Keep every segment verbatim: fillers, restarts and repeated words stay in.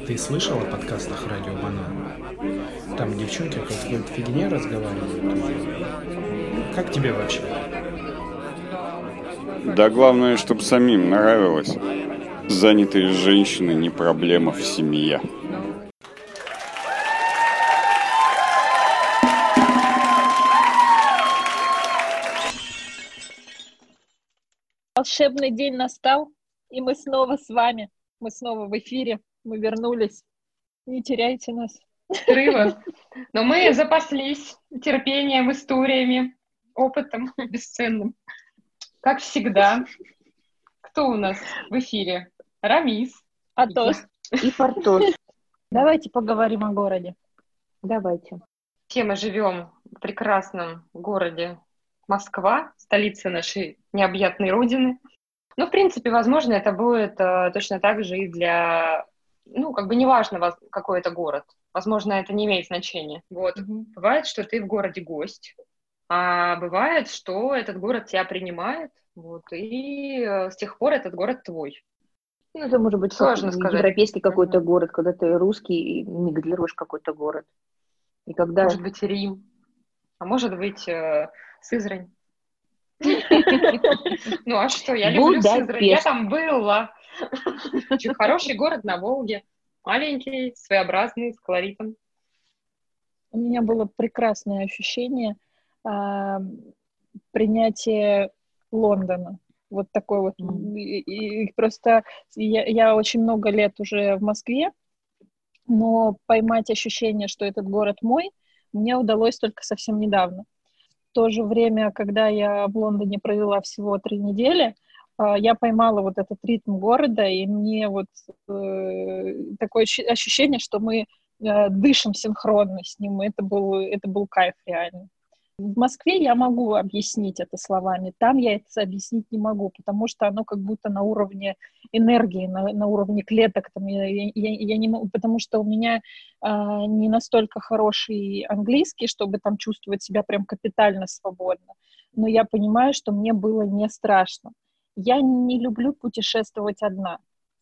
Ты слышал о подкастах «Радио Банан»? Там девчонки о какой-то фигне разговаривают. Как тебе вообще? Да главное, чтобы самим нравилось. Занятые женщины не проблема в семье. Волшебный день настал, и мы снова с вами. Мы снова в эфире, мы вернулись. Не теряйте нас. Отрыва. Но мы запаслись терпением, историями, опытом бесценным. Как всегда. Кто у нас в эфире? Рамис. Атос. И Портос. Давайте поговорим о городе. Давайте. Все мы живем в прекрасном городе Москва, столица нашей необъятной родины. Ну, в принципе, возможно, это будет э, точно так же и для... Ну, как бы неважно, какой это город. Возможно, это не имеет значения. Вот. Mm-hmm. Бывает, что ты в городе гость, а бывает, что этот город тебя принимает, вот, и э, с тех пор этот город твой. Ну, это может быть сложно сказать. Европейский какой-то Mm-hmm. город, когда ты русский и мигрируешь в какой-то город. И когда... Может быть, Рим, а может быть, э, Сызрань. Ну, а что, я люблю Сызрань, я там была. Хороший город на Волге, маленький, своеобразный, с колоритом. У меня было прекрасное ощущение э, принятия Лондона. Вот такой вот. Mm. И, и просто я, я очень много лет уже в Москве, но поймать ощущение, что этот город мой, мне удалось только совсем недавно. В то же время, когда я в Лондоне провела всего три недели, я поймала вот этот ритм города, и мне вот э, такое ощущение, что мы э, дышим синхронно с ним, это был, это был кайф реально. В Москве я могу объяснить это словами, там я это объяснить не могу, потому что оно как будто на уровне энергии, на, на уровне клеток, там, я, я, я не могу, потому что у меня э, не настолько хороший английский, чтобы там чувствовать себя прям капитально свободно, но я понимаю, что мне было не страшно. Я не люблю путешествовать одна.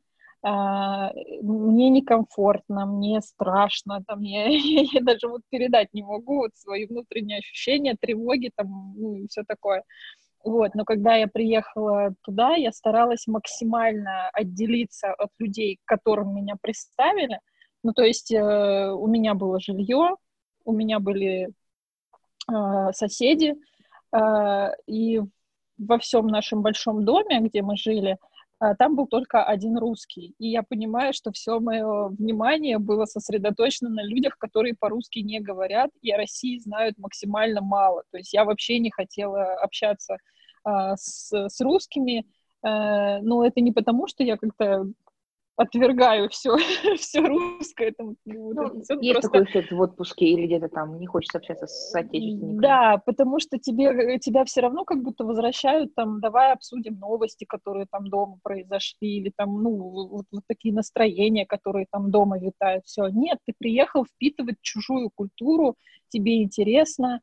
А, мне некомфортно, мне страшно, там, я, я, я даже вот передать не могу вот свои внутренние ощущения, тревоги там, ну, и все такое. Вот. Но когда я приехала туда, я старалась максимально отделиться от людей, к которым меня представили. Ну, то есть э, у меня было жилье, у меня были э, соседи, э, и во всем нашем большом доме, где мы жили, там был только один русский. И я понимаю, что все мое внимание было сосредоточено на людях, которые по-русски не говорят, и о России знают максимально мало. То есть я вообще не хотела общаться а, с, с русскими, а, но это не потому, что я как-то отвергаю все, все русское. Там, ну, это все есть просто... такой эффект в отпуске или где-то там не хочется общаться с соотечественниками. Да, потому что тебе, тебя все равно как будто возвращают, там, давай обсудим новости, которые там дома произошли, или там, ну, вот, вот такие настроения, которые там дома витают. Все, нет, ты приехал впитывать чужую культуру, тебе интересно.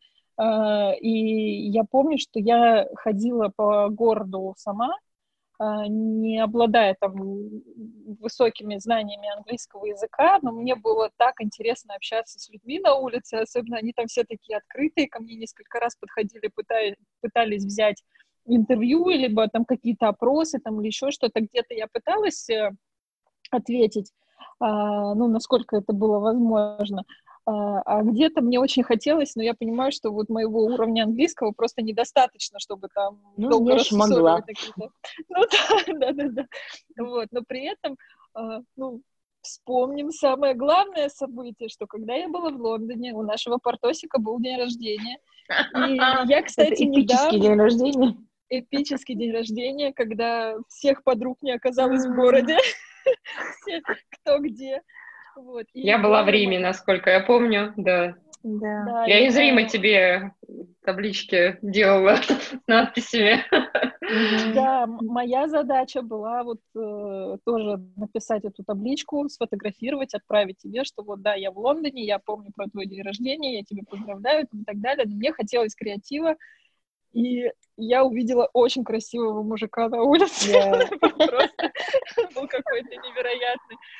И я помню, что я ходила по городу сама, не обладая там высокими знаниями английского языка, но мне было так интересно общаться с людьми на улице, особенно они там все такие открытые, ко мне несколько раз подходили, пытались, пытались взять интервью, либо там какие-то опросы, там, или еще что-то, где-то я пыталась ответить, ну, насколько это было возможно, а где-то мне очень хотелось, но я понимаю, что вот моего уровня английского просто недостаточно, чтобы там ну, долго рассусоливать какие-то. Ну да, да, да, да. Вот, но при этом, ну, вспомним самое главное событие, что когда я была в Лондоне, у нашего Портосика был день рождения. И я, кстати, это эпический недавно... день рождения. Эпический день рождения, когда всех подруг не оказалось в городе. Все, кто где. Вот. Я была в Риме, насколько я помню, да. Да. Да, я и, из Рима э... тебе таблички делала с надписями. Да, моя задача была вот э, тоже написать эту табличку, сфотографировать, отправить тебе, что вот да, я в Лондоне, я помню про твой день рождения, я тебя поздравляю и так далее. Но мне хотелось креатива, и я увидела очень красивого мужика на улице. Yeah. Просто был какой-то невероятный.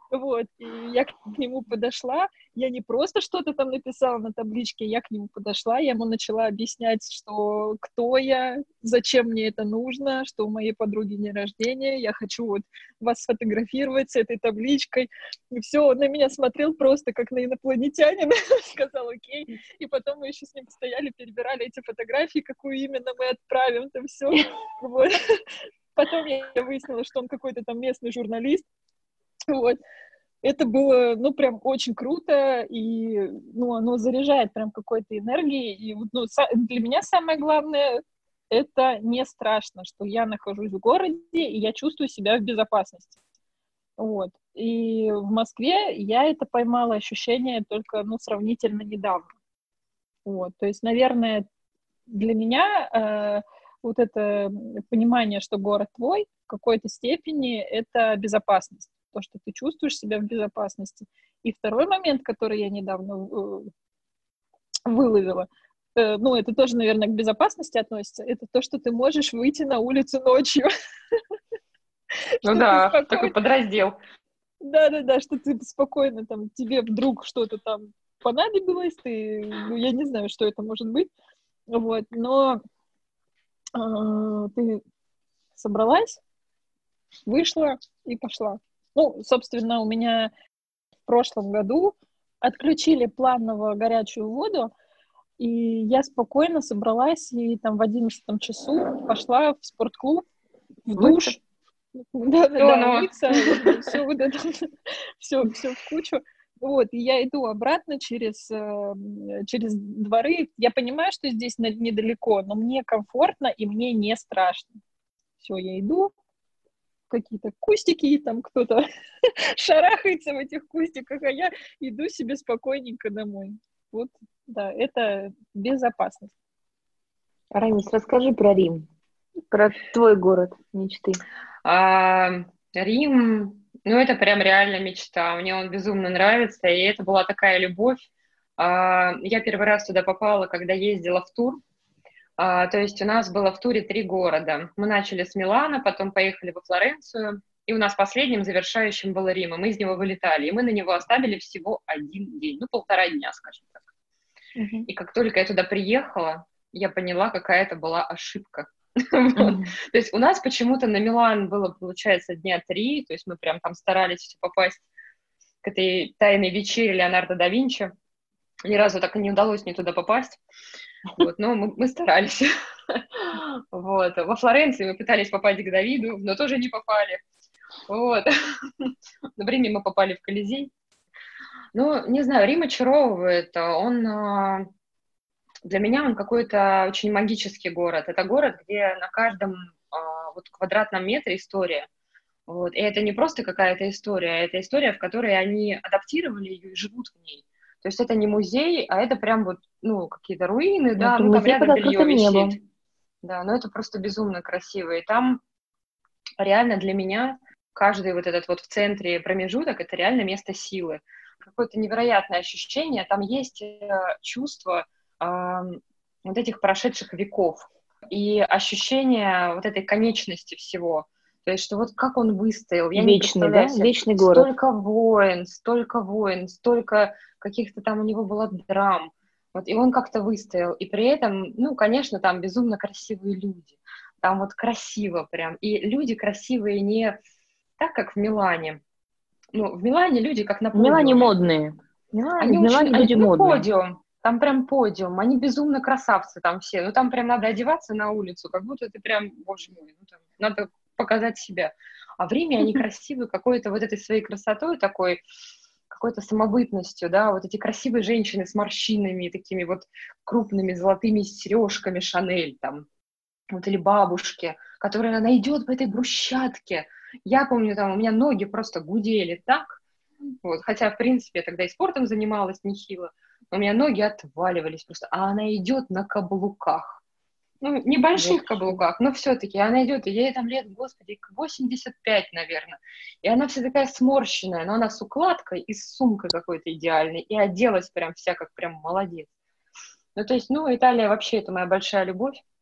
Вот, и я к нему подошла, я не просто что-то там написала на табличке, я к нему подошла, я ему начала объяснять, что кто я, зачем мне это нужно, что у моей подруги день рождения, я хочу вот вас сфотографировать с этой табличкой. И все, он на меня смотрел просто как на инопланетянина, сказал окей. И потом мы еще с ним стояли, перебирали эти фотографии, какую именно мы отправим, там все. Вот. Потом я выяснила, что он какой-то там местный журналист. Вот. Это было, ну, прям очень круто, и, ну, оно заряжает прям какой-то энергией, и, ну, для меня самое главное — это не страшно, что я нахожусь в городе, и я чувствую себя в безопасности. Вот. И в Москве я это поймала ощущение только, ну, сравнительно недавно. Вот. То есть, наверное, для меня э, вот это понимание, что город твой, в какой-то степени это безопасность. То, что ты чувствуешь себя в безопасности. И второй момент, который я недавно э, выловила, э, ну, это тоже, наверное, к безопасности относится, это то, что ты можешь выйти на улицу ночью. Ну да, такой подраздел. Да-да-да, что ты спокойно, там, тебе вдруг что-то там понадобилось, ты, ну, я не знаю, что это может быть, вот, но ты собралась, вышла и пошла. Ну, собственно, у меня в прошлом году отключили планово горячую воду, и я спокойно собралась и там в одиннадцатом часу пошла в спортклуб, в душ, да-да-да, мыться, все вот это, все, все в кучу. Вот, и я иду обратно через, через дворы. Я понимаю, что здесь недалеко, но мне комфортно и мне не страшно. Все, я иду, какие-то кустики, и там кто-то шарахается в этих кустиках, а я иду себе спокойненько домой. Вот, да, это безопасность. Ранис, расскажи про Рим, про твой город мечты. А, Рим, ну это прям реально мечта, мне он безумно нравится, и это была такая любовь. А, я первый раз туда попала, когда ездила в тур. А, то есть у нас было в туре три города. Мы начали с Милана, потом поехали во Флоренцию, и у нас последним завершающим был Рим, и мы из него вылетали. И мы на него оставили всего один день, ну полтора дня, скажем так. Uh-huh. И как только я туда приехала, я поняла, какая это была ошибка. Uh-huh. То есть у нас почему-то на Милан было, получается, дня три, то есть мы прям там старались все попасть к этой тайной вечере Леонардо да Винчи. Ни разу так и не удалось мне туда попасть. Вот, но мы, мы старались. Вот. Во Флоренции мы пытались попасть к Давиду, но тоже не попали. Вот. На время мы попали в Колизей. Ну, не знаю, Рим очаровывает. Он, для меня он какой-то очень магический город. Это город, где на каждом вот, квадратном метре история. Вот. И это не просто какая-то история, это история, в которой они адаптировали ее и живут в ней. То есть это не музей, а это прям вот, ну, какие-то руины, да, ну, там рядом белье висит. Да, но это просто безумно красиво. И там реально для меня каждый вот этот вот в центре промежуток — это реально место силы. Какое-то невероятное ощущение. Там есть чувство э, вот этих прошедших веков и ощущение вот этой конечности всего. То есть, что вот как он выстоял, я Вечный, не представляю да? себе. Вечный город. Столько войн, столько войн, столько каких-то там у него было драм. Вот, и он как-то выстоял. И при этом, ну, конечно, там безумно красивые люди. Там вот красиво прям. И люди красивые не так, как в Милане. Ну, в Милане люди как на подиуме. В Милане модные. Милане, они в Милане очень, люди они, модные. Ну, подиум. Там прям подиум. Они безумно красавцы там все. Ну, там прям надо одеваться на улицу, как будто ты прям, боже мой, ну, там, надо показать себя. А в Риме они красивые какой-то вот этой своей красотой, такой какой-то самобытностью, да, вот эти красивые женщины с морщинами, такими вот крупными золотыми сережками Шанель там, вот, или бабушки, которые она идет по этой брусчатке. Я помню, там у меня ноги просто гудели так, вот, хотя, в принципе, я тогда и спортом занималась нехило, у меня ноги отваливались просто, а она идет на каблуках. Ну, небольших вот. Каблуках, но все-таки она идет, и ей там лет, господи, восемьдесят пять, наверное. И она вся такая сморщенная, но она с укладкой и с сумкой какой-то идеальной, и оделась прям вся как прям молодец. Ну, то есть, ну, Италия вообще это моя большая любовь.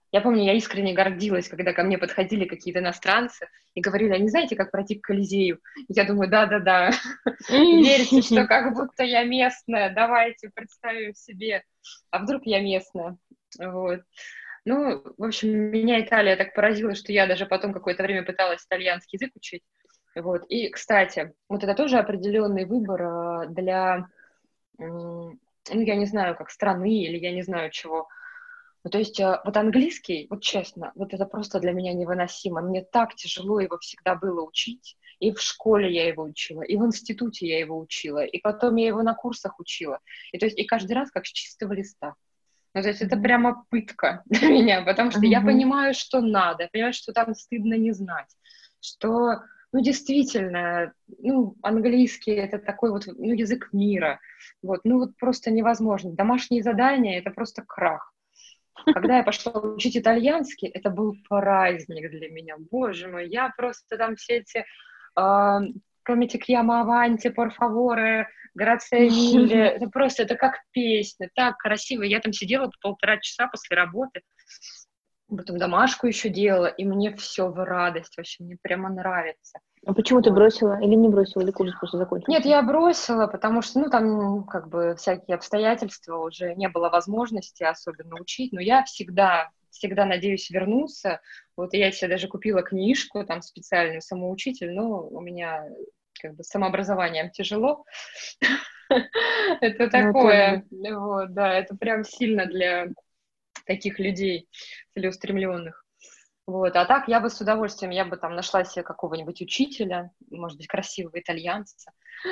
Я помню, я искренне гордилась, когда ко мне подходили какие-то иностранцы и говорили, а не знаете, как пройти к Колизею? Я думаю, да-да-да, верьте, что как будто я местная, давайте представим себе, а вдруг я местная, вот. Ну, в общем, меня Италия так поразила, что я даже потом какое-то время пыталась итальянский язык учить, вот. И, кстати, вот это тоже определенный выбор для, ну, я не знаю, как страны или я не знаю чего. Ну, то есть вот английский, вот честно, вот это просто для меня невыносимо. Мне так тяжело его всегда было учить. И в школе я его учила, и в институте я его учила, и потом я его на курсах учила. И то есть и каждый раз как с чистого листа. Ну, то есть mm-hmm. это прямо пытка для меня, потому что mm-hmm. я понимаю, что надо, я понимаю, что там стыдно не знать, что, ну, действительно, ну, английский — это такой вот, ну, язык мира. Вот, ну, вот просто невозможно. Домашние задания — это просто крах. Когда я пошла учить итальянский, это был праздник для меня. Боже мой, я просто там все эти «Come ti chiamo avanti, por favore», «Grazie mille», это просто, это как песня, так красиво. Я там сидела полтора часа после работы, потом домашку еще делала, и мне все в радость, вообще, мне прямо нравится. А почему ты бросила? Или не бросила, или курс просто закончился? Нет, я бросила, потому что, ну, там, как бы, всякие обстоятельства, уже не было возможности особенно учить, но я всегда, всегда надеюсь вернуться. Вот я себе даже купила книжку, там, специальную, самоучитель, но у меня, как бы, с самообразованием тяжело. Это такое, вот, да, это прям сильно для таких людей целеустремленных. Вот, а так я бы с удовольствием, я бы там нашла себе какого-нибудь учителя, может быть, красивого итальянца.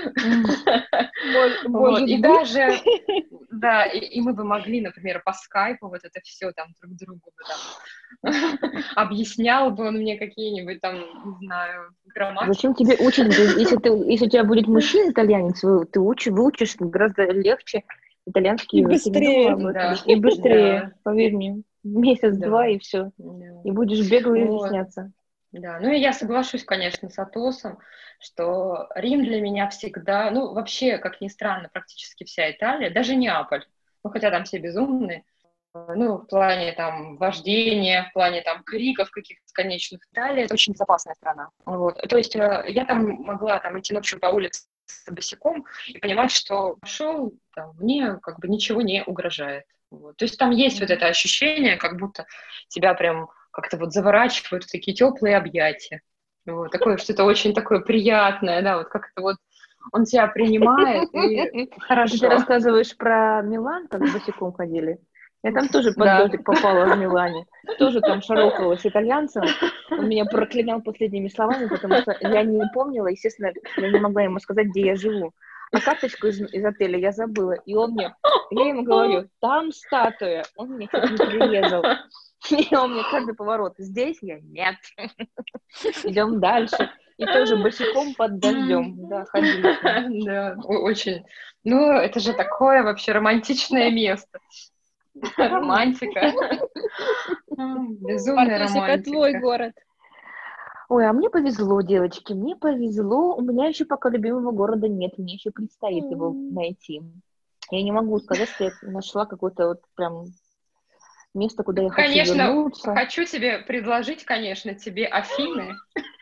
И даже, да, и мы бы могли, например, по скайпу вот это все там друг другу объяснял бы он мне какие-нибудь там, не знаю, грамматики. Зачем тебе учить, если у тебя будет мужчина-итальянец, ты выучишь гораздо легче итальянский язык. Быстрее. И быстрее, поверь мне. Месяц-два, да. И все. Да. И будешь бегло изъясняться. Вот. Да, ну и я соглашусь, конечно, с Атосом, что Рим для меня всегда, ну вообще, как ни странно, практически вся Италия, даже Неаполь, ну хотя там все безумные, ну в плане там вождения, в плане там криков каких-то конечных. Италия — это очень безопасная страна. Вот. То есть я там могла там идти ночью по улице босиком и понимать, что пошел, там, мне как бы ничего не угрожает. Вот. То есть там есть mm-hmm. вот это ощущение, как будто тебя прям как-то вот заворачивают в такие теплые объятия. Вот. Такое что-то очень такое приятное, да, вот как-то вот он тебя принимает, и хорошо. Ты рассказываешь про Милан, как босиком ходили? Я там тоже под да. дождик попала в Милане. Тоже там шарохалась итальянцем. Он меня проклинал последними словами, потому что я не помнила, естественно, я не могла ему сказать, где я живу. А карточку из, из отеля я забыла. И он мне, я ему говорю, там статуя. Он мне чуть не прирезал. И он мне каждый поворот. Здесь я нет. Идем дальше. И тоже босиком под дождем. Да, ходили. Да, очень. Ну, это же такое вообще романтичное место. Романтика. Безумная романтика. Твой город. Ой, а мне повезло, девочки, мне повезло. У меня еще пока любимого города нет, мне еще предстоит его найти. Я не могу сказать, что я нашла какое-то вот прям место, куда я конечно, хочу вернуться. Конечно, хочу тебе предложить, конечно, тебе Афины.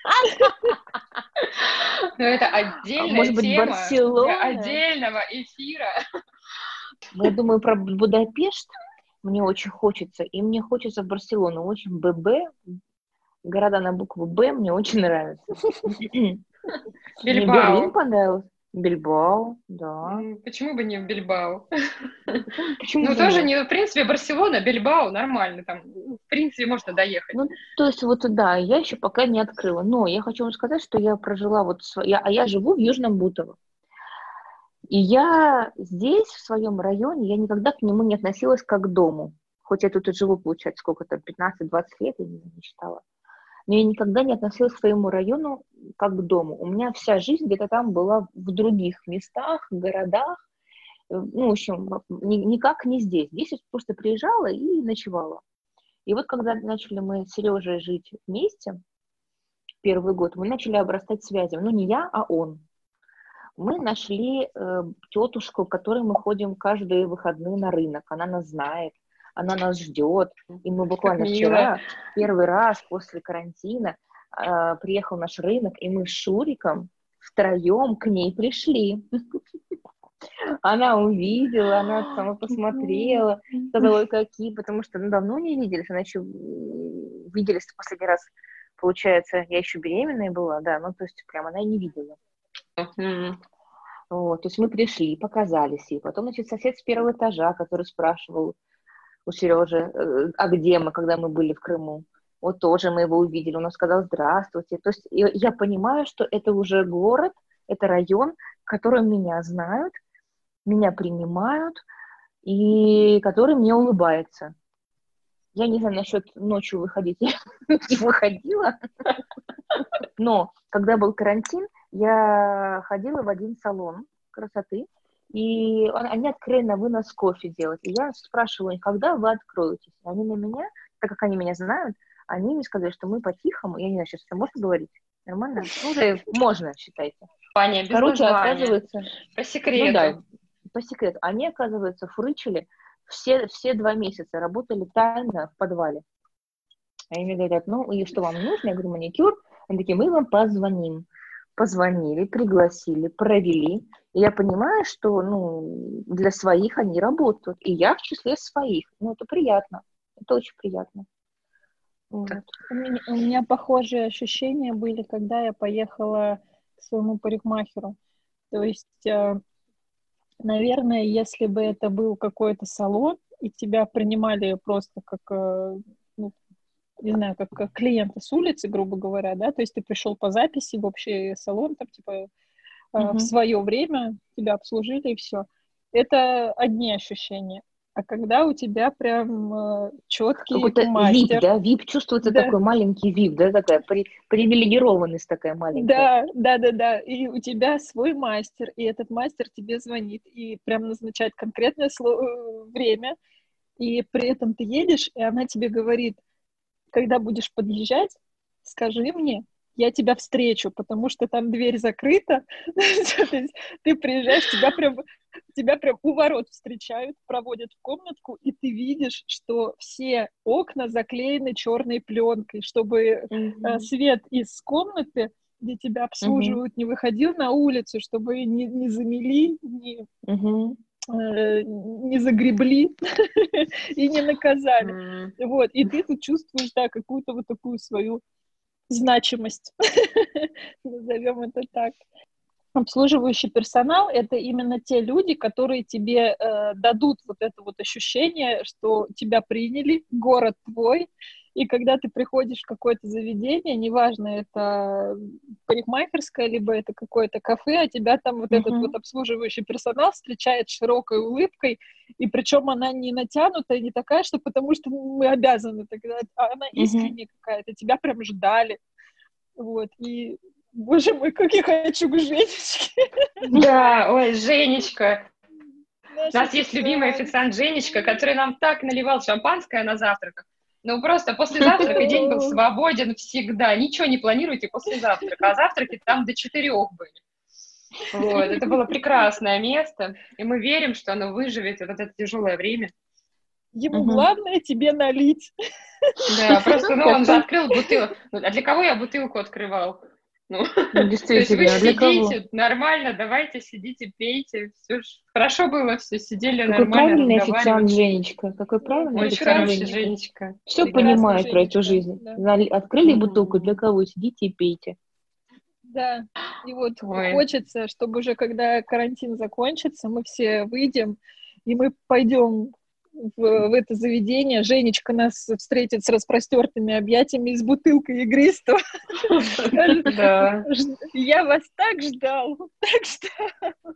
Но это отдельная тема для отдельного эфира. Я думаю про Будапешт. Мне очень хочется. И мне хочется Барселону. Очень ББ. Города на букву Б мне очень нравятся. Бильбао. Мне Берлин понравился. Бильбао, да. Почему бы не в Бильбао? Почему ну, тоже не, в принципе, Барселона, Бильбао нормально. Там, в принципе, можно доехать. Ну, то есть, вот, да, я еще пока не открыла. Но я хочу вам сказать, что я прожила вот... Я, а я живу в Южном Бутово. И я здесь, в своем районе, я никогда к нему не относилась как к дому. Хоть я тут и живу, получается, сколько-то, пятнадцать-двадцать лет, я не считала. Но я никогда не относилась к своему району как к дому. У меня вся жизнь где-то там была в других местах, городах. Ну, в общем, никак не здесь. Здесь я просто приезжала и ночевала. И вот когда начали мы с Сережей жить вместе, первый год, мы начали обрастать связями. Ну, не я, а он. Мы нашли э, тетушку, к которой мы ходим каждые выходные на рынок. Она нас знает. она нас ждет. И мы буквально мило. вчера, первый раз после карантина, э, приехал наш рынок, и мы с Шуриком втроем к ней пришли. Она увидела, она сама посмотрела, сказала, ой, какие, потому что ну, давно не виделись, она еще виделись в последний раз, получается, я еще беременная была, да, ну, то есть прям она и не видела. Мгм. Вот, то есть мы пришли, показались ей. Потом, значит, сосед с первого этажа, который спрашивал у Сережи, э, а где мы, когда мы были в Крыму. Вот тоже мы его увидели, он нам сказал здравствуйте. То есть я я понимаю, что это уже город, это район, в котором меня знают, меня принимают и который мне улыбается. Я не знаю насчет ночью выходить, я не выходила, но когда был карантин, я ходила в один салон красоты, и он- они открыли на вынос кофе делать. И я спрашивала их, когда вы откроетесь? И они на меня, так как они меня знают, они мне сказали, что мы по-тихому, я не знаю, сейчас это можно говорить? Нормально? Ну, уже можно, считайте. Ваня, без Короче, названия. оказывается, По ну секрету. да, по секрету, они, оказывается, фрычили все, все два месяца, работали тайно в подвале. Они мне говорят, ну, и что вам нужно? Я говорю, маникюр. Они такие, мы вам позвоним. Позвонили, пригласили, провели. И я понимаю, что, ну, для своих они работают. И я в числе своих. Ну, это приятно. Это очень приятно. Вот. У меня, у меня похожие ощущения были, когда я поехала к своему парикмахеру. То есть, э, наверное, если бы это был какой-то салон, и тебя принимали просто как, э, ну, не знаю, как, как клиента с улицы, грубо говоря, да, то есть ты пришел по записи в общий салон, там, типа, э, в Мгм. свое время тебя обслужили, и все. Это одни ощущения. А когда у тебя прям э, четкий Какой-то вип, мастер, да? Вип, чувствуется да, такой маленький вип, да? Такая при, привилегированность такая маленькая. да, да, да, да, и у тебя свой мастер, и этот мастер тебе звонит, и прям назначает конкретное сло- э, время, и при этом ты едешь, и она тебе говорит, когда будешь подъезжать, скажи мне, я тебя встречу, потому что там дверь закрыта. То есть ты приезжаешь, тебя прям, тебя прям у ворот встречают, проводят в комнатку, и ты видишь, что все окна заклеены черной пленкой, чтобы э, Мгм. свет из комнаты, где тебя Мгм. обслуживают, не выходил на улицу, чтобы не, не замели, не, Мгм. э, не загребли и не наказали. М. Вот, и ты тут чувствуешь, да, какую-то вот такую свою значимость, назовем это так. Обслуживающий персонал — это именно те люди, которые тебе э, дадут вот это вот ощущение, что тебя приняли, город твой, и когда ты приходишь в какое-то заведение, неважно, это парикмахерская, либо это какое-то кафе, а тебя там вот этот вот Мгм. обслуживающий персонал встречает широкой улыбкой, и причем она не натянутая, не такая, что потому что мы обязаны тогда, а она Мгм. искренняя какая-то, тебя прям ждали. Вот, и, боже мой, как я хочу к Женечке. Да, ой, Женечка. У Наш нас есть любимый официант. официант Женечка, который нам так наливал шампанское на завтраках. Ну, просто после завтрака день был свободен всегда. Ничего не планируйте после завтрака. А завтраки там до четырех были. Вот, это было прекрасное место. И мы верим, что оно выживет в это тяжелое время. Ему Мгм. главное тебе налить. Да, просто, ну, он же открыл бутылку. Ну, а для кого я бутылку открывал? Ну, Ну, то есть вы действительно, а для кого? сидите, нормально, давайте, сидите, пейте. Все ж хорошо было, все сидели Какой нормально, правильный официант разговаривали. Женечка. Какой Да, правильный Очень официант хороший прекрасный, Женечка. Женечка. Все прекрасный понимает про эту Женечка. жизнь. Да. Нали- Открыли Мгм. бутылку, для кого? Сидите и пейте. Да, и вот Ой. хочется, чтобы уже когда карантин закончится, мы все выйдем, и мы пойдем в, в это заведение. Женечка нас встретит с распростертыми объятиями и с бутылкой игристого. Скажет, Да. «Ж- я вас так ждал, так ждал».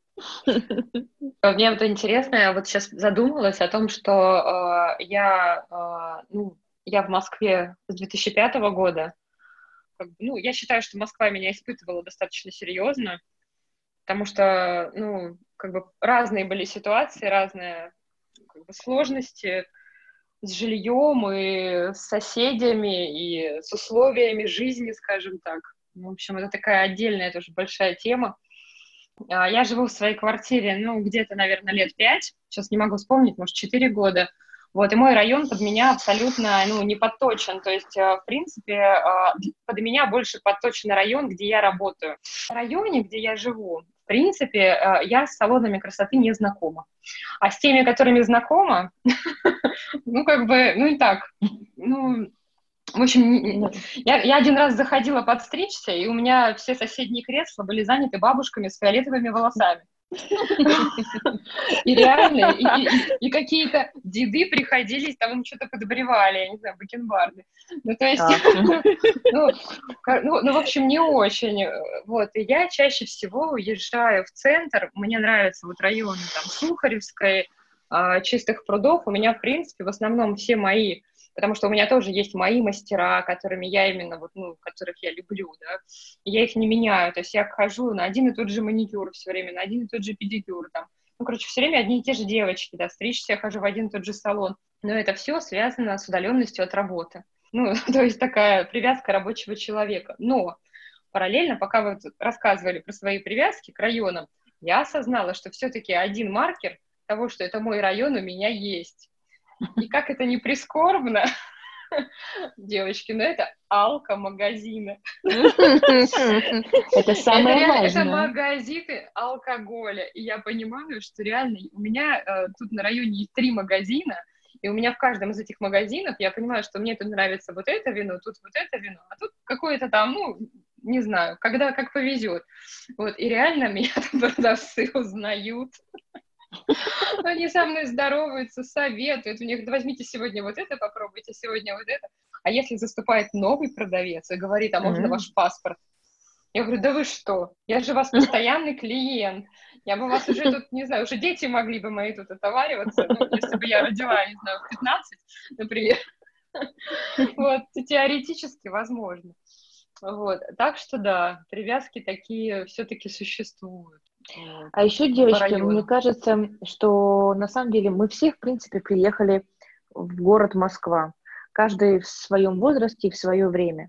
Мне вот интересно, я вот сейчас задумалась о том, что э, я, э, ну, я в Москве с две тысячи пятого года. Как бы, ну, я считаю, что Москва меня испытывала достаточно серьезно, потому что, ну, как бы разные были ситуации, разные как бы, сложности с жильем и с соседями, и с условиями жизни, скажем так. В общем, это такая отдельная тоже большая тема. А, Я живу в своей квартире, ну, где-то, наверное, лет пять. Сейчас не могу вспомнить, может, четыре года. Вот, и мой район под меня абсолютно, ну, не подточен. То есть, в принципе, под меня больше подточен район, где я работаю. В районе, где я живу, в принципе, я с салонами красоты не знакома. А с теми, которыми знакома, ну, как бы, ну, и так, ну... В общем, я, я один раз заходила подстричься, и у меня все соседние кресла были заняты бабушками с фиолетовыми волосами. И реально, и, и, и какие-то деды приходились, там им что-то подбревали, я не знаю, бакенбарды. Ну, то есть, ну, ну, ну, в общем, не очень. Вот, и я чаще всего уезжаю в центр, мне нравятся вот районы там Сухаревской, Чистых прудов, у меня, в принципе, в основном все мои, потому что у меня тоже есть мои мастера, которыми я именно, вот, ну, которых я люблю, да, и я их не меняю, то есть я хожу на один и тот же маникюр все время, на один и тот же педикюр, там, ну, короче, все время одни и те же девочки, да, стричься я хожу в один и тот же салон, но это все связано с удаленностью от работы, ну, то есть такая привязка рабочего человека, но параллельно, пока вы рассказывали про свои привязки к районам, я осознала, что все-таки один маркер того, что это мой район, у меня есть. И как это не прискорбно, девочки, но это алкомагазины. Это самое важное. Это магазины алкоголя. И я понимаю, что реально у меня тут на районе есть три магазина, и у меня в каждом из этих магазинов, я понимаю, что мне тут нравится вот это вино, тут вот это вино, а тут какое-то там, ну, не знаю, когда как повезет. Вот, и реально меня там продавцы узнают. Они со мной здороваются, советуют. У них, да возьмите сегодня вот это, попробуйте сегодня вот это. А если заступает новый продавец и говорит, а можно mm-hmm. ваш паспорт? Я говорю, да вы что? Я же вас постоянный клиент. Я бы вас уже тут, не знаю, уже дети могли бы мои тут отовариваться, ну, если бы я родила, не знаю, в пятнадцать, например. Вот, теоретически возможно. Вот, так что да, привязки такие все-таки существуют. А еще, девочки, мне кажется, что на самом деле мы все, в принципе, приехали в город Москва. Каждый в своем возрасте и в свое время.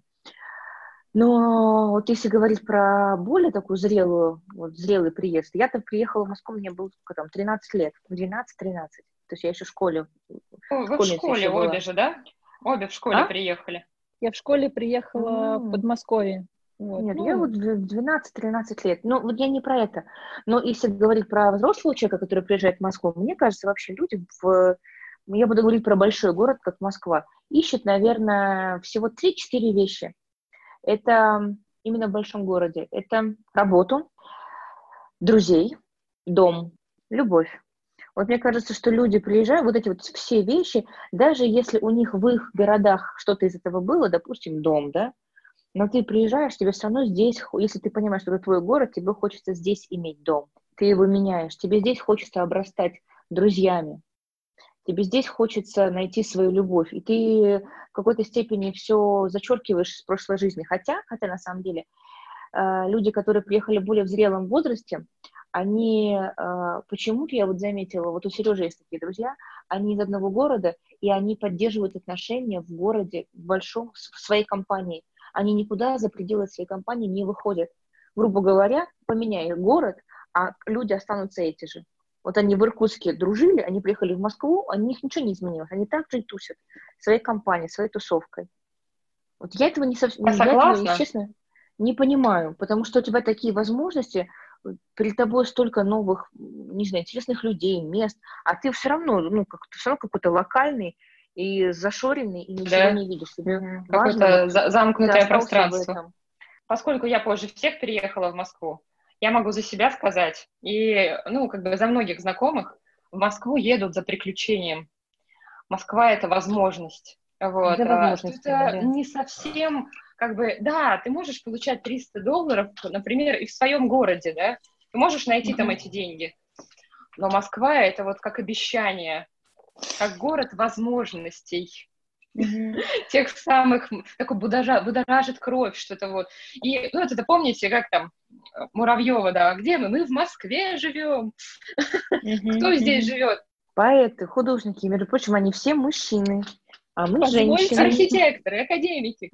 Но вот если говорить про более такую зрелую, вот зрелый приезд, я-то приехала в Москву, мне было сколько там, тринадцать лет, двенадцать-тринадцать. То есть я еще в школе. О, вы в школе обе была. Же, да? Обе в школе а? Приехали. Я в школе приехала mm. в Подмосковье. Вот. Нет, ну, я вот в двенадцать-тринадцать лет. Ну, вот я не про это. Но если говорить про взрослого человека, который приезжает в Москву, мне кажется, вообще люди, в, я буду говорить про большой город, как Москва, ищут, наверное, всего три-четыре вещи. Это именно в большом городе. Это работу, друзей, дом, любовь. Вот мне кажется, что люди приезжают, вот эти вот все вещи, даже если у них в их городах что-то из этого было, допустим, дом, да, но ты приезжаешь, тебе все равно здесь, если ты понимаешь, что это твой город, тебе хочется здесь иметь дом. Ты его меняешь. Тебе здесь хочется обрастать друзьями. Тебе здесь хочется найти свою любовь. И ты в какой-то степени все зачеркиваешь с прошлой жизни. Хотя, хотя на самом деле, люди, которые приехали более в зрелом возрасте, они почему-то, я вот заметила, вот у Сережи есть такие друзья, они из одного города, и они поддерживают отношения в городе, в большом, в своей компании. Они никуда за пределы своей компании не выходят. Грубо говоря, поменяй город, а люди останутся эти же. Вот они в Иркутске дружили, они приехали в Москву, у них ничего не изменилось. Они так же и тусят своей компанией, своей тусовкой. Вот я этого, не совсем, я этого, если честно, не понимаю, потому что у тебя такие возможности, перед тобой столько новых, не знаю, интересных людей, мест, а ты все равно, ну, как, ты все равно какой-то локальный, и зашоренный, и ничего да. не видишь. Тебе какое-то за- замкнутое пространство. Поскольку я позже всех переехала в Москву, я могу за себя сказать, и, ну, как бы за многих знакомых, в Москву едут за приключением. Москва — это возможность. Вот. Это, возможность, это да. не совсем, как бы, да, ты можешь получать триста долларов, например, и в своем городе, да, ты можешь найти mm-hmm. там эти деньги, но Москва — это вот как обещание, как город возможностей, mm-hmm. тех самых, такой будоражит, будоражит кровь, что-то вот. И, ну, это помните, как там, Муравьева, да, где мы? Мы в Москве живем. Mm-hmm. Кто здесь живет? Поэты, художники, между прочим, они все мужчины, а мы позвольте, женщины. Архитекторы, академики.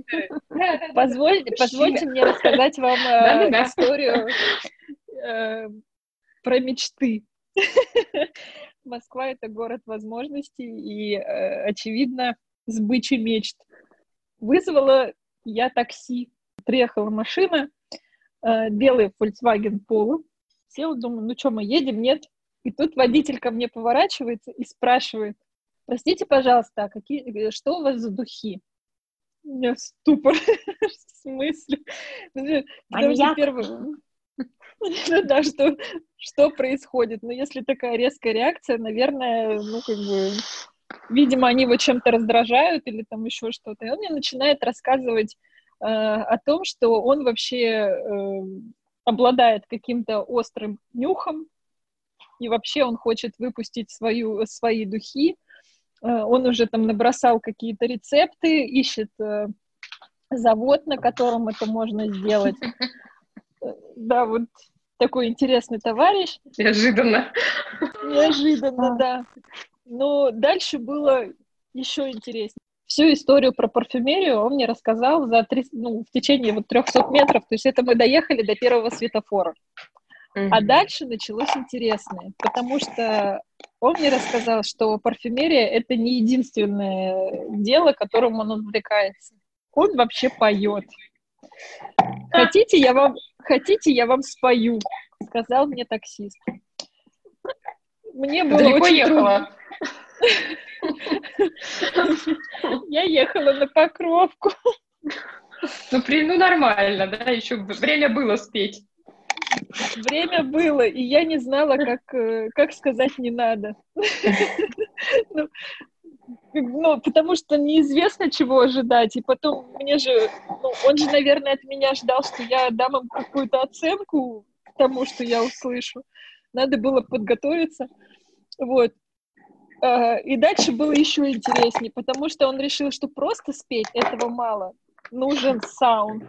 Позвольте, позвольте мне рассказать вам э, историю э, про мечты. Москва — это город возможностей и, э, очевидно, сбычи мечт. Вызвала я такси. Приехала машина, э, белый Volkswagen Polo. Села, думаю, ну что, мы едем? Нет. И тут водитель ко мне поворачивается и спрашивает: простите, пожалуйста, а какие, что у вас за духи? У меня ступор. В смысле? Потому что первый... Ну да, что, что происходит? Ну, если такая резкая реакция, наверное, ну, как бы, видимо, они его чем-то раздражают или там еще что-то. И он мне начинает рассказывать э, о том, что он вообще э, обладает каким-то острым нюхом, и вообще он хочет выпустить свою, свои духи. Э, он уже там набросал какие-то рецепты, ищет э, завод, на котором это можно сделать. Да, вот такой интересный товарищ. Неожиданно. Неожиданно, да. Но дальше было еще интереснее. Всю историю про парфюмерию он мне рассказал за три, ну, в течение вот трехсот метров. То есть это мы доехали до первого светофора. Mm-hmm. А дальше началось интересное, потому что он мне рассказал, что парфюмерия — это не единственное дело, которым он увлекается. Он вообще поет. Хотите, я вам, хотите, я вам спою, сказал мне таксист. Мне было Далеко очень ехала? трудно. Я ехала на Покровку. Ну, при, ну, нормально, да, еще время было спеть. Время было, и я не знала, как, как сказать «не надо». Ну, ну, потому что неизвестно, чего ожидать. И потом мне же... Ну, он же, наверное, от меня ждал, что я дам им какую-то оценку тому, что я услышу. Надо было подготовиться. Вот. И дальше было еще интереснее, потому что он решил, что просто спеть этого мало. Нужен саунд.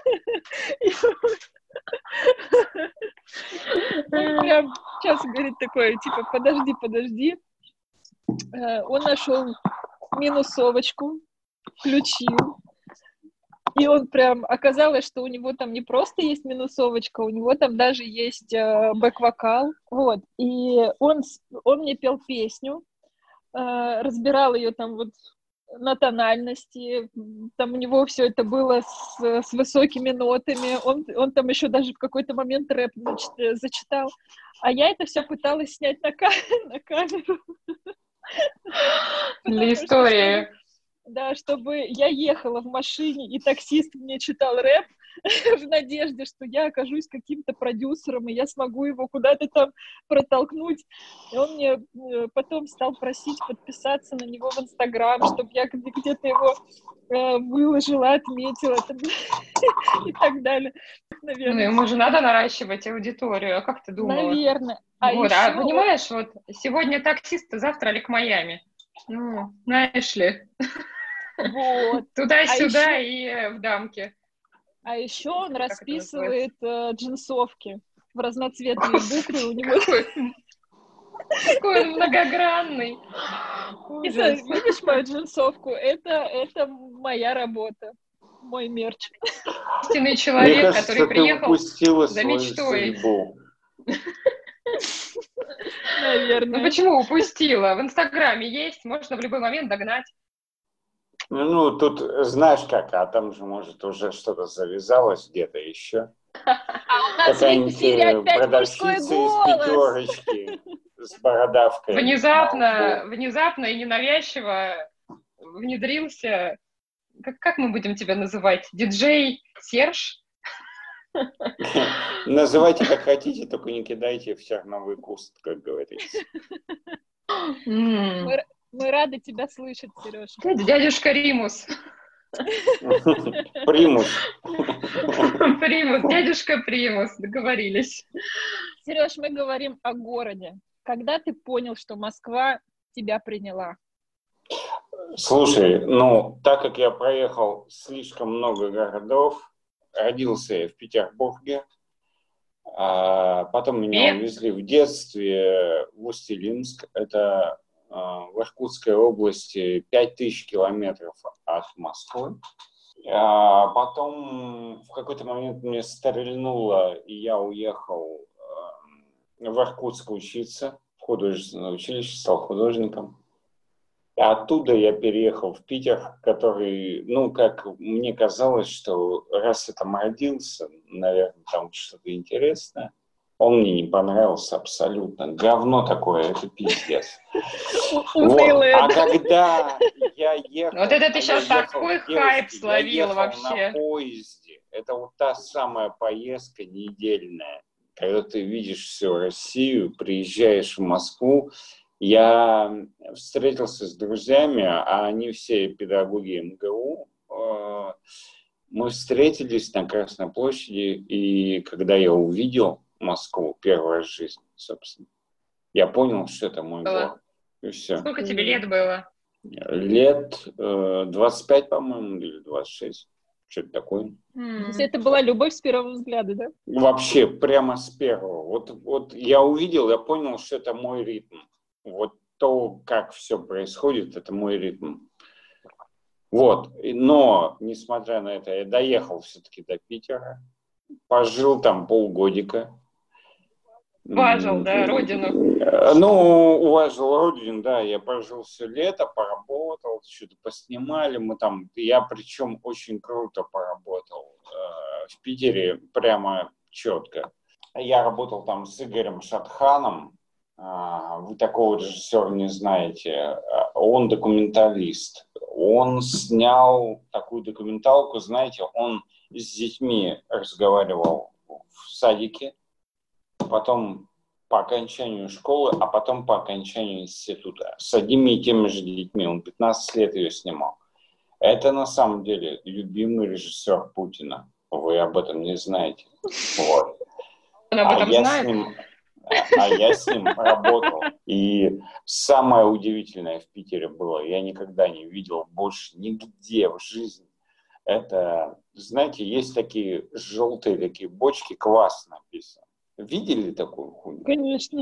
Он прям сейчас говорит такое, типа, подожди, подожди. Он нашел минусовочку, включил. И он прям... Оказалось, что у него там не просто есть минусовочка, у него там даже есть э, бэк-вокал. Вот. И он, он мне пел песню, э, разбирал ее там вот на тональности. Там у него все это было с, с высокими нотами. Он, он там еще даже в какой-то момент рэп значит, зачитал. А я это все пыталась снять на, кам- на камеру. Для истории. Да, чтобы я ехала в машине, и таксист мне читал рэп в надежде, что я окажусь каким-то продюсером, и я смогу его куда-то там протолкнуть. И он мне потом стал просить подписаться на него в Инстаграм, чтобы я где-то его э, выложила, отметила там, и так далее. Наверное. Ну, ему же надо наращивать аудиторию, а как ты думала? Наверное. А, вот, еще... а понимаешь, вот сегодня таксист, завтра Олег Майами. Ну, знаешь ли... Вот. Туда-сюда а еще... и в дамке. А еще он как расписывает э, джинсовки в разноцветные буквы. У него... Какой он многогранный. Это, видишь мою джинсовку? Это, это моя работа, мой мерч. Истинный человек, Мне кажется, который приехал за мечтой. Наверное. Ну почему упустила? В Инстаграме есть, можно в любой момент догнать. Ну, тут знаешь как, а там же, может, уже что-то завязалось где-то еще. А у нас в эфире опять мужской голос. Из пятерочки с бородавкой. Внезапно, внезапно и ненавязчиво внедрился. Как, как мы будем тебя называть? Диджей Серж? Называйте как хотите, только не кидайте в черновый куст, как говорится. Мы, мы рады тебя слышать, Сереж. Дядюшка Римус. Примус. Примус, дядюшка Примус, договорились. Сереж, мы говорим о городе. Когда ты понял, что Москва тебя приняла? Слушай, ну, так как я проехал слишком много городов, родился я в Петербурге, а потом меня увезли в детстве в Усть-Илимск, это в Иркутской области пять тысяч километров от Москвы. А потом в какой-то момент мне стрельнуло, и я уехал в Иркутск учиться. художественное училище, стал художником. И оттуда я переехал в Питер, который, ну, как мне казалось, что раз я там родился, наверное, там что-то интересное. Он мне не понравился абсолютно. Говно такое, это пиздец. Вот. А когда я ехал... Вот это ты сейчас такой хайп словил вообще. На поезде. Это вот та самая поездка недельная, когда ты видишь всю Россию, приезжаешь в Москву. Я встретился с друзьями, а они все педагоги эм гэ у. Мы встретились на Красной площади, и когда я увидел Москву первый раз в жизни, собственно, я понял, что это мой город. И все. Сколько тебе лет было? Лет э, двадцать пять, по-моему, или двадцать шесть. Что-то такое. Mm. То есть это была любовь с первого взгляда, да? Вообще, прямо с первого. Вот, вот я увидел, я понял, что это мой ритм. Вот то, как все происходит, это мой ритм. Вот. Но, несмотря на это, я доехал все-таки до Питера, пожил там полгодика. Уважил, да, родину. Ну, уважил родину, да. Я прожил все лето, поработал, что-то поснимали. Мы там, я причем очень круто поработал э, в Питере, прямо четко. Я работал там с Игорем Шатханом. Э, вы такого режиссера не знаете. Он документалист. Он снял такую документалку, знаете, он с детьми разговаривал в садике, потом по окончанию школы, а потом по окончанию института. С одними и теми же детьми. Он пятнадцать лет ее снимал. Это на самом деле любимый режиссер Путина. Вы об этом не знаете. Вот. Он об этом а, я знает? с ним, а, а я с ним работал. И самое удивительное в Питере было, я никогда не видел больше нигде в жизни. Это, знаете, есть такие желтые такие бочки, квас написано. Видели такую хуйню? Конечно.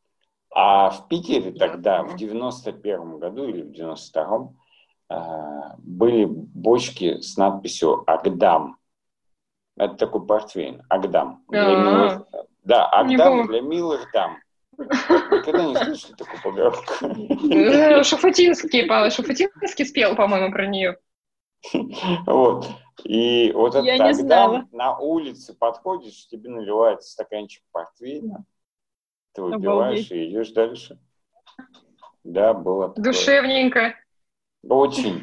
А в Питере тогда, в девяносто первом году или в девяносто втором, были бочки с надписью «Агдам». Это такой портвейн. «Агдам». Для милых... Да, «Агдам» для милых дам. Никогда не слышали такую поговорку? Шуфутинский, Шуфутинский спел, по-моему, про нее. Вот. И вот это Я не знала. На улице подходишь, тебе наливается стаканчик портвейна, ты выпиваешь Обалдеть. и идешь дальше. Да, было такое. Душевненько. Очень.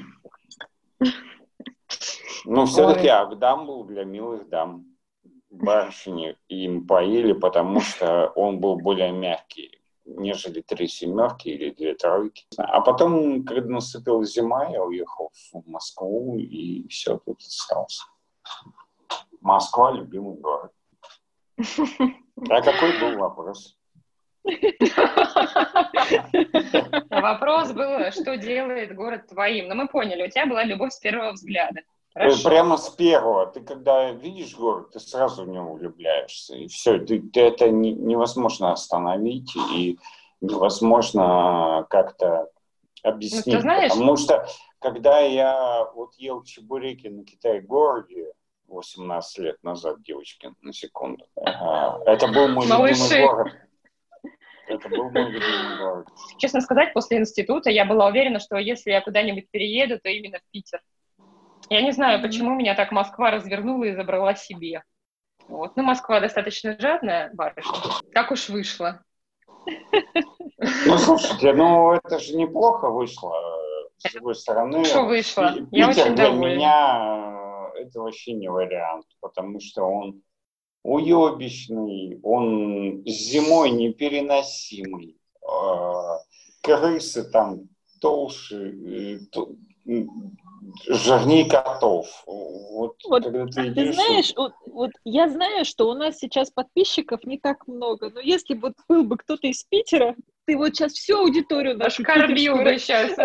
Ну, все-таки Агдам был для милых дам. Барышни им поили, потому что он был более мягкий, нежели три семерки или две тройки. А потом, когда наступила зима, я уехал в Москву и все, тут остался. Москва — любимый город. А какой был вопрос? Вопрос был, что делает город твоим. Но мы поняли, у тебя была любовь с первого взгляда. Хорошо. Прямо с первого. Ты когда видишь город, ты сразу в него влюбляешься. И все, ты, ты, это не, невозможно остановить и невозможно как-то объяснить. Ну, знаешь... Потому что, когда я вот ел чебуреки на Китай-городе восемнадцать лет назад, девочки, на секунду, это был мой любимый город. Это был мой любимый город. Честно сказать, после института я была уверена, что если я куда-нибудь перееду, то именно в Питер. Я не знаю, почему меня так Москва развернула и забрала себе. Вот. Ну, Москва достаточно жадная барышня. Так уж вышло. Ну, слушайте, ну это же неплохо вышло. С другой стороны, что вышло? Питер Я очень для довольна. меня это вообще не вариант, потому что он уебищный, он зимой непереносимый. Крысы там толще, жирнее котов. Вот, вот когда ты, ты идешь, знаешь, вот, вот я знаю, что у нас сейчас подписчиков не так много, но если бы был бы кто-то из Питера, ты вот сейчас всю аудиторию нашу оскорбил бы сейчас.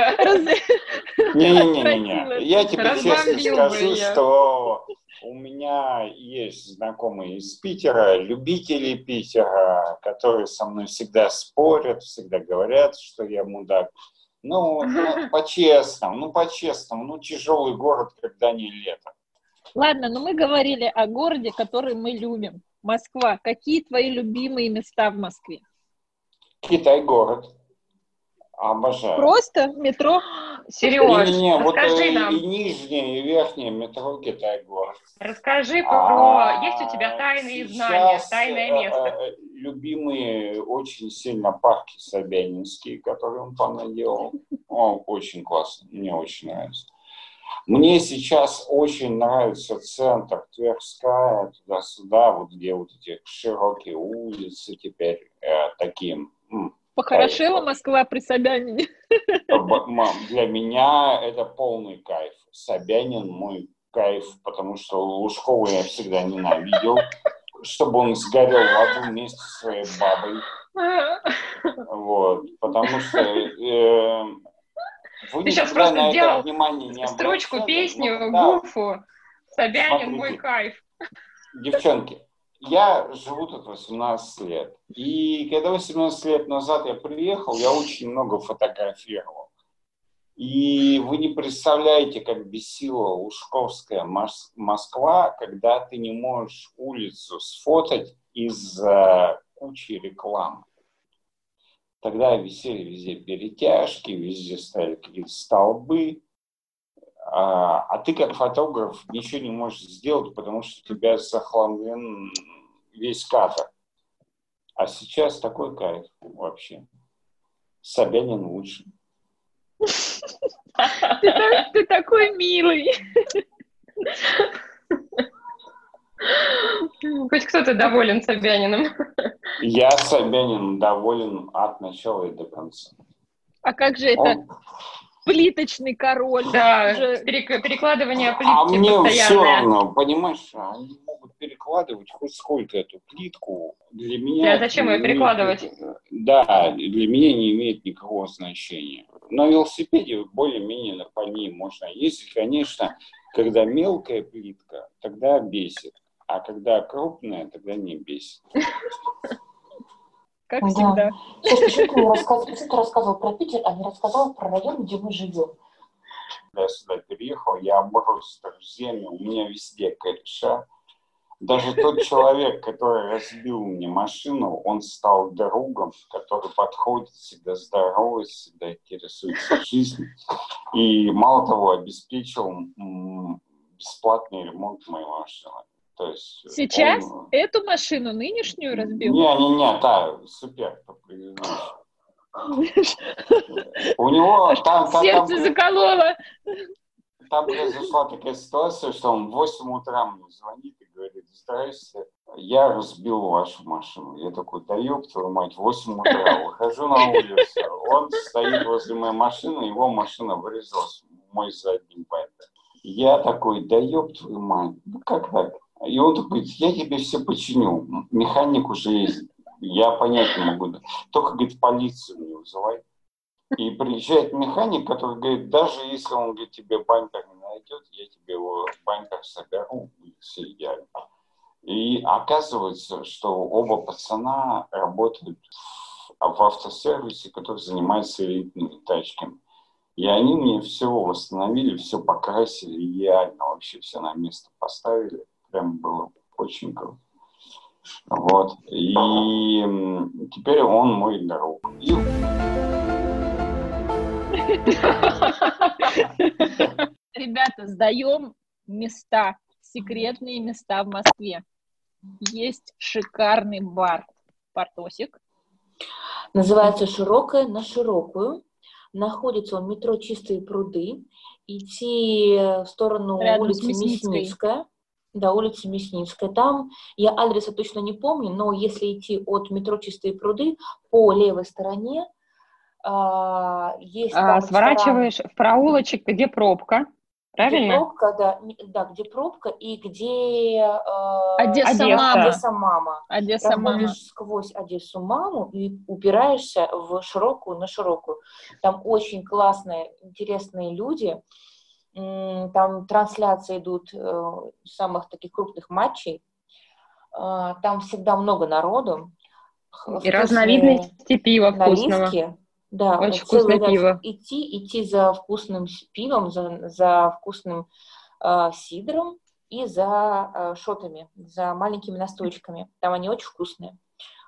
Не-не-не, я тебе честно скажу, бы я. что у меня есть знакомые из Питера, любители Питера, которые со мной всегда спорят, всегда говорят, что я мудак. Ну, ну по-честному, ну, по-честному, ну, тяжелый город, когда не лето. Ладно, но мы говорили о городе, который мы любим. Москва. Какие твои любимые места в Москве? Китай-город. Обожаю. Просто метро? Сереж, Не-не-не, вот расскажи и, нам. и нижнее, и верхнее метро Китай-город. Расскажи про... А, Есть у тебя тайные сейчас, знания, тайное э, место? э, любимые очень сильно парки Собянинские, которые он понаделал. О, очень классно, мне очень нравится. Мне сейчас очень нравится центр Тверская, туда-сюда, вот где вот эти широкие улицы теперь э, таким. м, Похорошела кайф. Москва при Собянине? Б- мам, Для меня это полный кайф. Собянин мой кайф, потому что Лужкова я всегда ненавидел, чтобы он сгорел в аду вместе со своей бабой. Вот, потому что э, вы Ты сейчас никогда просто на это сделал внимание не строчку, обращали. песню, Ну, да, Гуфу. Собянин, мой смотрите, кайф. девчонки, я живу тут восемнадцать лет. И когда восемнадцать лет назад я приехал, я очень много фотографировал. И вы не представляете, как бесила Лужковская Мос- Москва, когда ты не можешь улицу сфотать из-за кучи рекламы. Тогда висели везде перетяжки, везде стояли какие-то столбы. А, а ты как фотограф ничего не можешь сделать, потому что у тебя захламлен весь кадр. А сейчас такой кайф вообще. Собянин лучше. Ты, та- ты такой милый. Хоть кто-то доволен Собяниным. Я Собянин доволен от начала и до конца. А как же это Он... плиточный король? Да, Уже- перек- перекладывание А плитки мне все постоянное. равно, понимаешь, они могут перекладывать хоть сколько эту плитку. Для меня Да, это зачем не ее перекладывать? имеет- Да, для меня не имеет никакого значения. На велосипеде более-менее на по ней можно ездить. Конечно, когда мелкая плитка, тогда бесит. А когда крупная, тогда не бесит. Как Да. всегда. Слушай, почему ты мне рассказывал, почему ты рассказывал про Питер, а не рассказал про район, где мы живем? Когда я сюда переехал, я боролся с друзьями, у меня везде кореша. Даже тот человек, который разбил мне машину, он стал другом, который подходит, всегда здоровается, всегда интересуется жизнью. И мало того, обеспечил м, бесплатный ремонт моей машины. То есть Сейчас он... эту машину нынешнюю разбил? Не-не-не, та, супер, предыдущая. У него там, там, Сердце там, закололо. там произошла такая ситуация, что он в восемь утра мне звонит и говорит: здрасте, я разбил вашу машину. Я такой: да ёб твою мать, в восемь утра. Выхожу на улицу, он стоит возле моей машины, его машина врезалась в мой задний бампер. Я такой: да ёб твою мать, ну как так? И он такой: я тебе все починю, механик уже есть. Я понять не могу. Только, говорит, полицию не вызывай. И приезжает механик, который говорит: даже если он, говорит, тебе бампер не найдет, я тебе его бампер соберу, будет все идеально. И оказывается, что оба пацана работают в, в автосервисе, который занимается элитными тачками. И они мне все восстановили, все покрасили, идеально вообще все на место поставили. Прям было очень круто. Вот. И теперь он мой друг. И... Ребята, сдаем места, секретные места в Москве. Есть шикарный бар «Портосик». Называется «Широкая на широкую». Находится он в метро «Чистые пруды». Идти в сторону Рядом улицы с Мясницкой. Мясницкая. Да, улица Мясницкая. Там, я адреса точно не помню, но если идти от метро «Чистые пруды», по левой стороне а, есть А, там сворачиваешь ресторан, в проулочек, где пробка, где правильно? пробка, да, не- да, где пробка и где а, Одесса Одесса. мама. Одесса мама. Одесса мама. Проходишь сквозь Одессу маму и упираешься в широкую на широкую. Там очень классные, интересные люди. М, Там трансляции идут э, самых таких крупных матчей. Э, Там всегда много народу. Х- И вкусные разновидности пива вкусного. наливки. Да, Очень целый вкусное ряд. пиво. Идти, идти за вкусным с- пивом, за, за вкусным э, сидром и за э, шотами, за маленькими настойчиками. Там они очень вкусные.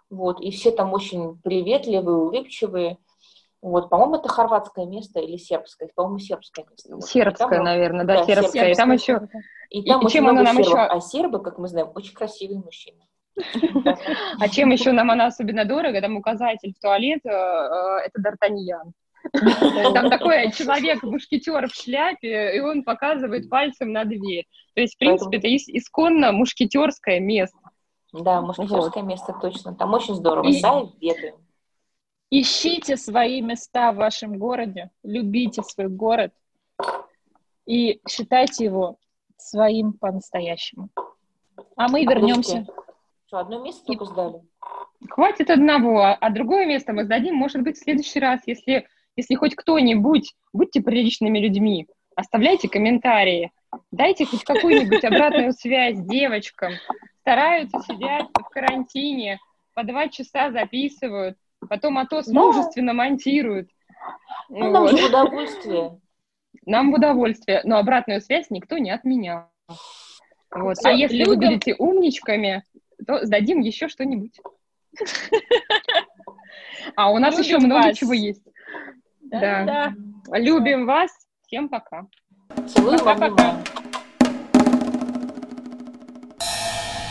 Вот, и все там очень приветливые, улыбчивые. Вот, по-моему, это хорватское место или сербское, по-моему, сербское место. Вот. Сербское, там, наверное, да, да, сербское. сербское. И там еще... И там и очень чем много она нам сербов. еще... А сербы, как мы знаем, очень красивые мужчины. А чем еще нам она особенно дорого, там указатель в туалет, это Д'Артаньян. Там такой человек-мушкетер в шляпе, и он показывает пальцем на дверь. То есть, в принципе, это исконно мушкетерское место. Да, мушкетерское место точно. Там очень здорово. Советуем. Ищите свои места в вашем городе, любите свой город и считайте его своим по-настоящему. А мы вернемся. Что, одно место только сдали? Хватит одного, а другое место мы сдадим, может быть, в следующий раз, если, если хоть кто-нибудь, будьте приличными людьми, оставляйте комментарии, дайте хоть какую-нибудь обратную связь девочкам. Стараются, сидят в карантине, по два часа записывают, потом АТОС да. мужественно монтируют. Ну, вот. Нам же в удовольствие. Нам в удовольствие, но обратную связь никто не отменял. Вот. А если любим... вы будете умничками, то сдадим еще что-нибудь. А у нас еще много чего есть. Да. Любим вас. Всем пока. Целую, пока-пока.